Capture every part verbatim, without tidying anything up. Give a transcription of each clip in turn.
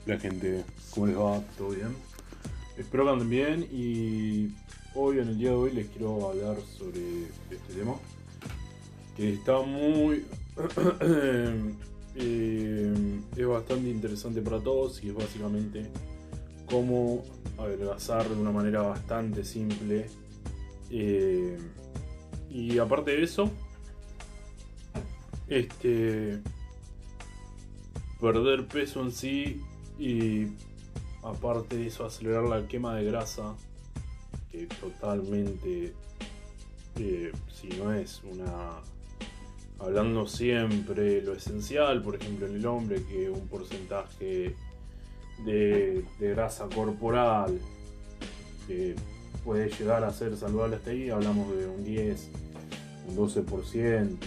La gente, ¿cómo les va? ¿Todo bien? Espero que anden bien y hoy, en el día de hoy, les quiero hablar sobre este tema que está muy... eh, es bastante interesante para todos y es básicamente cómo adelgazar de una manera bastante simple. eh, y aparte de eso, este, perder peso en sí y aparte de eso acelerar la quema de grasa, que totalmente, eh, si no es una... Hablando siempre lo esencial, por ejemplo en el hombre, que un porcentaje de, de grasa corporal que puede llegar a ser saludable hasta ahí, hablamos de un diez, un doce por ciento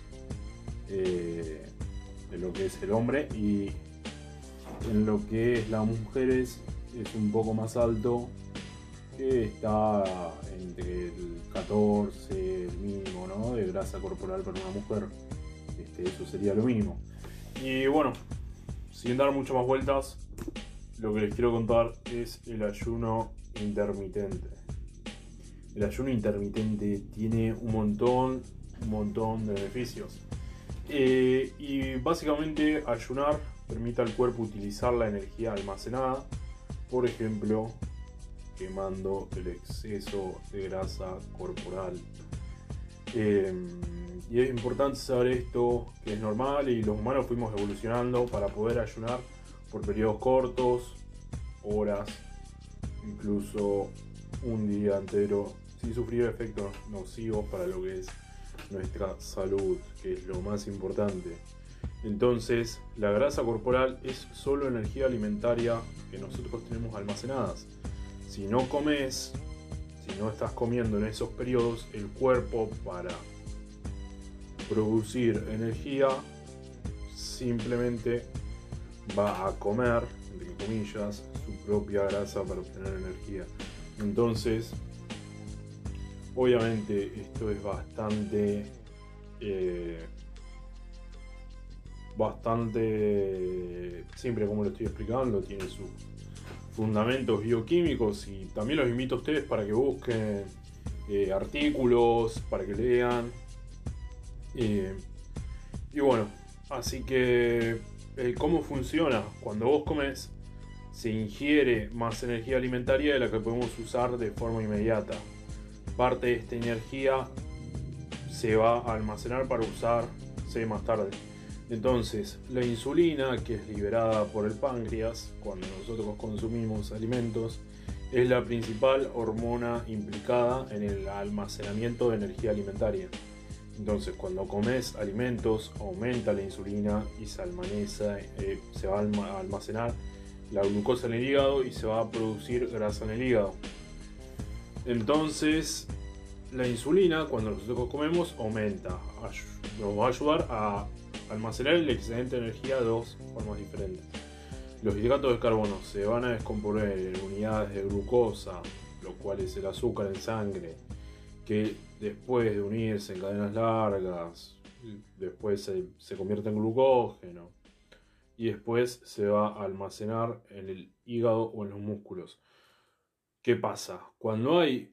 eh, de lo que es el hombre, y en lo que es las mujeres es un poco más alto, que está entre el catorce, el mínimo, ¿no?, de grasa corporal para una mujer. Este, eso sería lo mínimo. Y bueno, sin dar muchas más vueltas, lo que les quiero contar es el ayuno intermitente. El ayuno intermitente tiene un montón, un montón de beneficios. Eh, y básicamente ayunar permite al cuerpo utilizar la energía almacenada, por ejemplo, quemando el exceso de grasa corporal. Eh, y es importante saber esto, que es normal y los humanos fuimos evolucionando para poder ayunar por periodos cortos, horas, incluso un día entero, sin sufrir efectos nocivos para lo que es nuestra salud, que es lo más importante. Entonces, la grasa corporal es solo energía alimentaria que nosotros tenemos almacenadas. Si no comes, si no estás comiendo en esos periodos, el cuerpo, para producir energía, simplemente va a comer, entre comillas, su propia grasa para obtener energía. Entonces, obviamente esto es bastante eh, bastante simple como lo estoy explicando, tiene sus fundamentos bioquímicos, y también los invito a ustedes para que busquen eh, artículos, para que lean. Eh, y bueno, así que eh, ¿cómo funciona? Cuando vos comes, se ingiere más energía alimentaria de la que podemos usar de forma inmediata. Parte de esta energía se va a almacenar para usarse más tarde. Entonces, la insulina, que es liberada por el páncreas cuando nosotros consumimos alimentos, es la principal hormona implicada en el almacenamiento de energía alimentaria. Entonces, cuando comes alimentos, aumenta la insulina y se, almaneza, eh, se va a almacenar la glucosa en el hígado y se va a producir grasa en el hígado. Entonces, la insulina, cuando nosotros comemos, aumenta. Nos va a ayudar a almacenar el excedente de energía de dos formas diferentes. Los hidratos de carbono se van a descomponer en unidades de glucosa, lo cual es el azúcar en sangre, que después de unirse en cadenas largas, después se, se convierte en glucógeno y después se va a almacenar en el hígado o en los músculos. ¿Qué pasa? Cuando hay...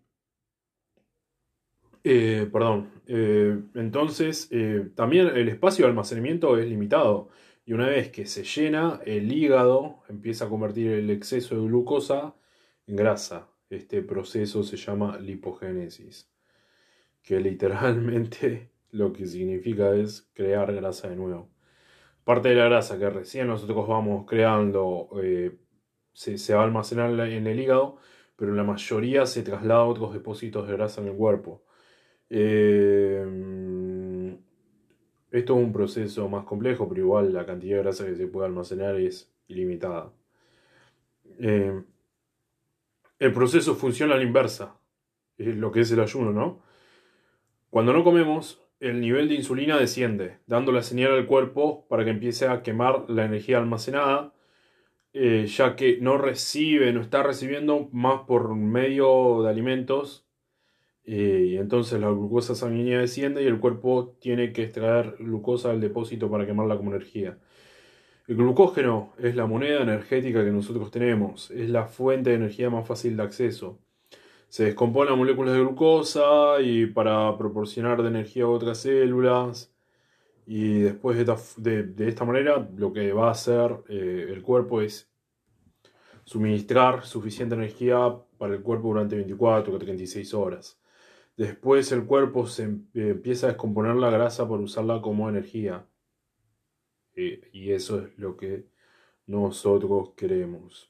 Eh, perdón, eh, entonces eh, también el espacio de almacenamiento es limitado, y una vez que se llena, el hígado empieza a convertir el exceso de glucosa en grasa. Este proceso se llama lipogénesis, que literalmente lo que significa es crear grasa de nuevo. Parte de la grasa que recién nosotros vamos creando eh, se, se va a almacenar en el hígado, pero la mayoría se traslada a otros depósitos de grasa en el cuerpo. Eh, esto es un proceso más complejo, pero igual la cantidad de grasa que se puede almacenar es ilimitada. Eh, el proceso funciona a la inversa, es lo que es el ayuno, ¿no? Cuando no comemos, el nivel de insulina desciende, dando la señal al cuerpo para que empiece a quemar la energía almacenada, eh, ya que no recibe, no está recibiendo más por medio de alimentos. Eh, y entonces la glucosa sanguínea desciende y el cuerpo tiene que extraer glucosa del depósito para quemarla como energía. El glucógeno es la moneda energética que nosotros tenemos, es la fuente de energía más fácil de acceso. Se descompone a moléculas de glucosa y para proporcionar de energía a otras células. Y después de esta, de, de esta manera lo que va a hacer eh, el cuerpo es suministrar suficiente energía para el cuerpo durante veinticuatro o treinta y seis horas. Después el cuerpo se em- empieza a descomponer la grasa para usarla como energía. Eh, y eso es lo que nosotros queremos.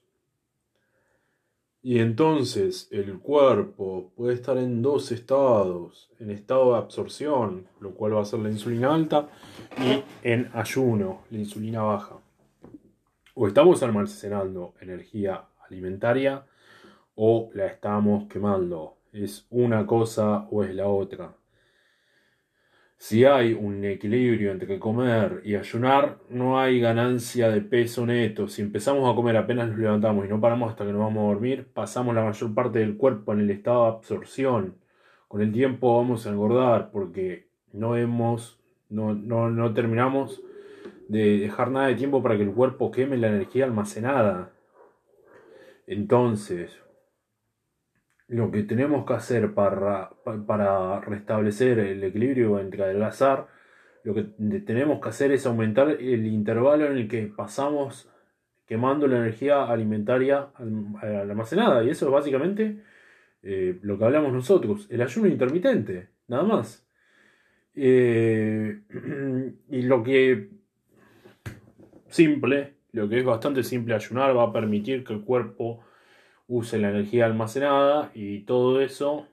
Y entonces el cuerpo puede estar en dos estados, en estado de absorción, lo cual va a ser la insulina alta, y en ayuno, la insulina baja. O estamos almacenando energía alimentaria o la estamos quemando. Es una cosa o es la otra. Si hay un equilibrio entre comer y ayunar, no hay ganancia de peso neto. Si empezamos a comer apenas nos levantamos y no paramos hasta que nos vamos a dormir, pasamos la mayor parte del cuerpo en el estado de absorción. Con el tiempo vamos a engordar porque no hemos, no, no, no terminamos de dejar nada de tiempo para que el cuerpo queme la energía almacenada. Entonces, lo que tenemos que hacer para, para restablecer el equilibrio entre adelgazar, lo que tenemos que hacer es aumentar el intervalo en el que pasamos quemando la energía alimentaria almacenada. Y eso es básicamente eh, lo que hablamos nosotros, el ayuno intermitente, nada más. Eh, y lo que simple, lo que es bastante simple ayunar, va a permitir que el cuerpo use la energía almacenada y todo eso.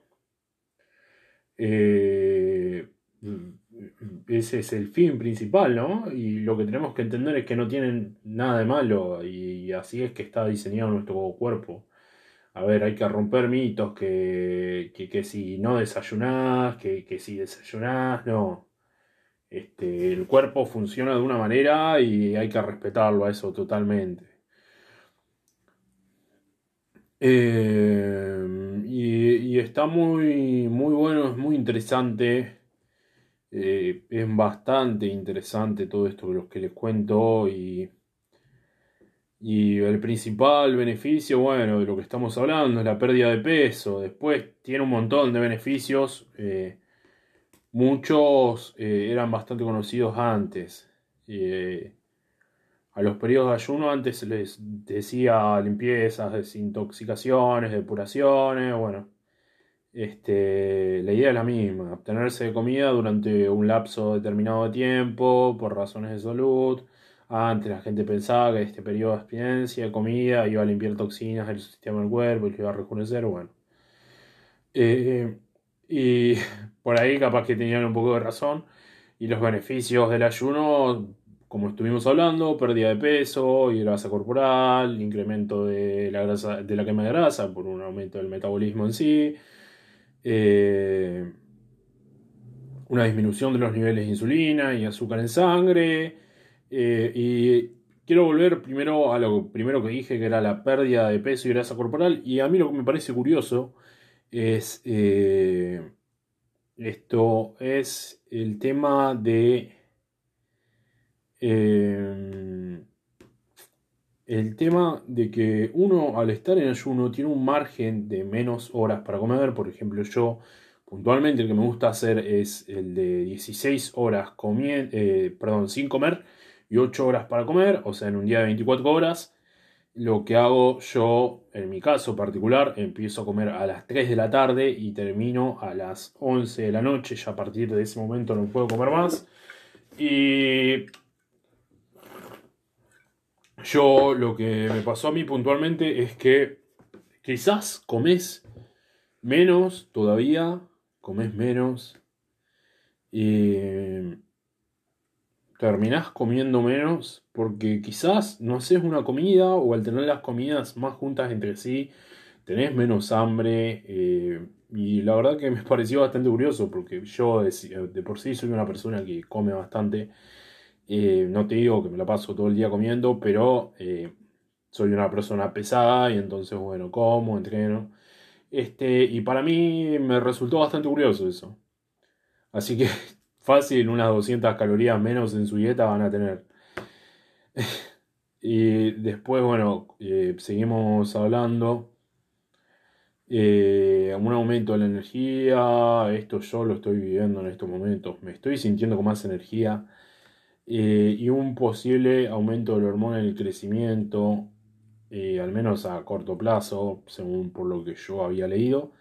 Eh, ese es el fin principal, ¿no? Y lo que tenemos que entender es que no tienen nada de malo y así es que está diseñado nuestro cuerpo. A ver, hay que romper mitos que, que, que si no desayunás, que, que si desayunás, no. Este, el cuerpo funciona de una manera y hay que respetarlo a eso totalmente. Eh, y, y está muy, muy bueno, es muy interesante. Eh, es bastante interesante todo esto de los que les cuento y, y el principal beneficio, bueno, de lo que estamos hablando es la pérdida de peso. Después tiene un montón de beneficios. Eh, muchos eh, eran bastante conocidos antes. Eh, a los periodos de ayuno antes se les decía limpiezas, desintoxicaciones, depuraciones, bueno. Este, la idea es la misma, abstenerse de comida durante un lapso determinado de tiempo por razones de salud. Antes la gente pensaba que este periodo de abstinencia de comida iba a limpiar toxinas del sistema del cuerpo y lo iba a rejuvenecer, bueno. Eh, y por ahí capaz que tenían un poco de razón. Y los beneficios del ayuno, como estuvimos hablando, pérdida de peso y grasa corporal, incremento de la grasa, de la quema de grasa por un aumento del metabolismo en sí. Eh, una disminución de los niveles de insulina y azúcar en sangre. Eh, y quiero volver primero a lo primero que dije, que era la pérdida de peso y grasa corporal. Y a mí lo que me parece curioso es eh, esto, es el tema de eh, el tema de que uno al estar en ayuno tiene un margen de menos horas para comer. Por ejemplo, yo puntualmente el que me gusta hacer es el de dieciséis horas comiendo, eh, perdón, sin comer y ocho horas para comer, o sea, en un día de veinticuatro horas. Lo que hago yo, en mi caso particular, empiezo a comer a las tres de la tarde y termino a las once de la noche. Ya a partir de ese momento no puedo comer más. Y yo lo que me pasó a mí puntualmente es que quizás comes menos todavía, comes menos y terminás comiendo menos porque quizás no haces una comida o al tener las comidas más juntas entre sí tenés menos hambre. Eh, y la verdad que me pareció bastante curioso porque yo de, de por sí soy una persona que come bastante. Eh, no te digo que me la paso todo el día comiendo, pero eh, soy una persona pesada y entonces, bueno, como, entreno. Este, y para mí me resultó bastante curioso eso. Así que fácil, unas doscientas calorías menos en su dieta van a tener. Y después, bueno, eh, seguimos hablando. Eh, un aumento de la energía, esto yo lo estoy viviendo en estos momentos. Me estoy sintiendo con más energía. Eh, y un posible aumento de la hormona en el crecimiento, eh, al menos a corto plazo, según por lo que yo había leído.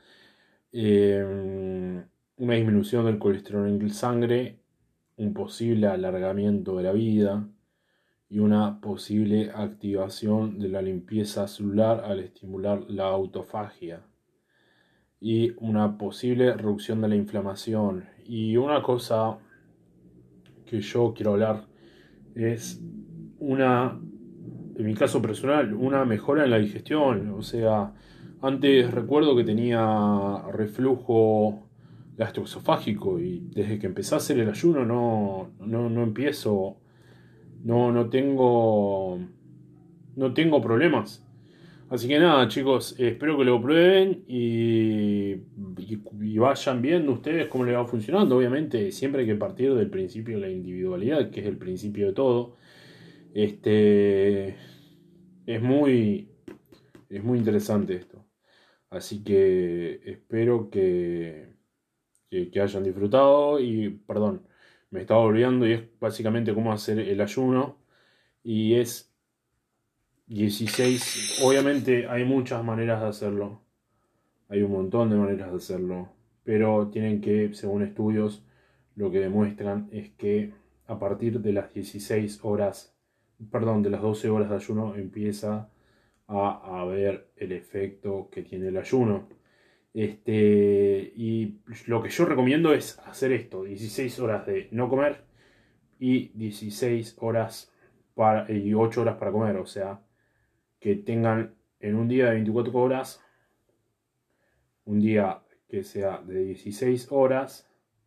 Eh, una disminución del colesterol en sangre, un posible alargamiento de la vida y una posible activación de la limpieza celular al estimular la autofagia y una posible reducción de la inflamación. Y una cosa que yo quiero hablar es una, en mi caso personal, una mejora en la digestión. O sea, antes recuerdo que tenía reflujo gastroesofágico y desde que empecé a hacer el ayuno no, no, no empiezo, no, no tengo, no tengo problemas. Así que nada, chicos, eh, espero que lo prueben y, y, y vayan viendo ustedes cómo les va funcionando. Obviamente, siempre hay que partir del principio de la individualidad, que es el principio de todo. Este es muy, es muy interesante esto. Así que espero que, que, que hayan disfrutado. Y perdón, me estaba olvidando y es básicamente cómo hacer el ayuno. Y es dieciséis. Obviamente hay muchas maneras de hacerlo. Hay un montón de maneras de hacerlo. Pero tienen que, según estudios, lo que demuestran es que a partir de las dieciséis horas, perdón, de las doce horas de ayuno empieza a, a ver el efecto que tiene el ayuno. Este, y lo que yo recomiendo es hacer esto, dieciséis horas de no comer y dieciséis horas para, y ocho horas para comer. O sea, que tengan en un día de veinticuatro horas, un día que sea de dieciséis horas,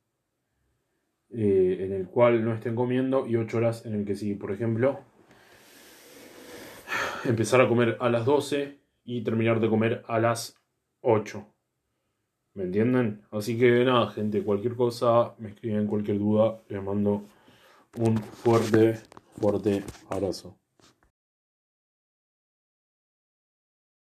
eh, en el cual no estén comiendo, y ocho horas en el que sí. Por ejemplo, empezar a comer a las doce y terminar de comer a las ocho. ¿Me entienden? Así que nada, gente, cualquier cosa, me escriben cualquier duda, les mando un fuerte, fuerte abrazo.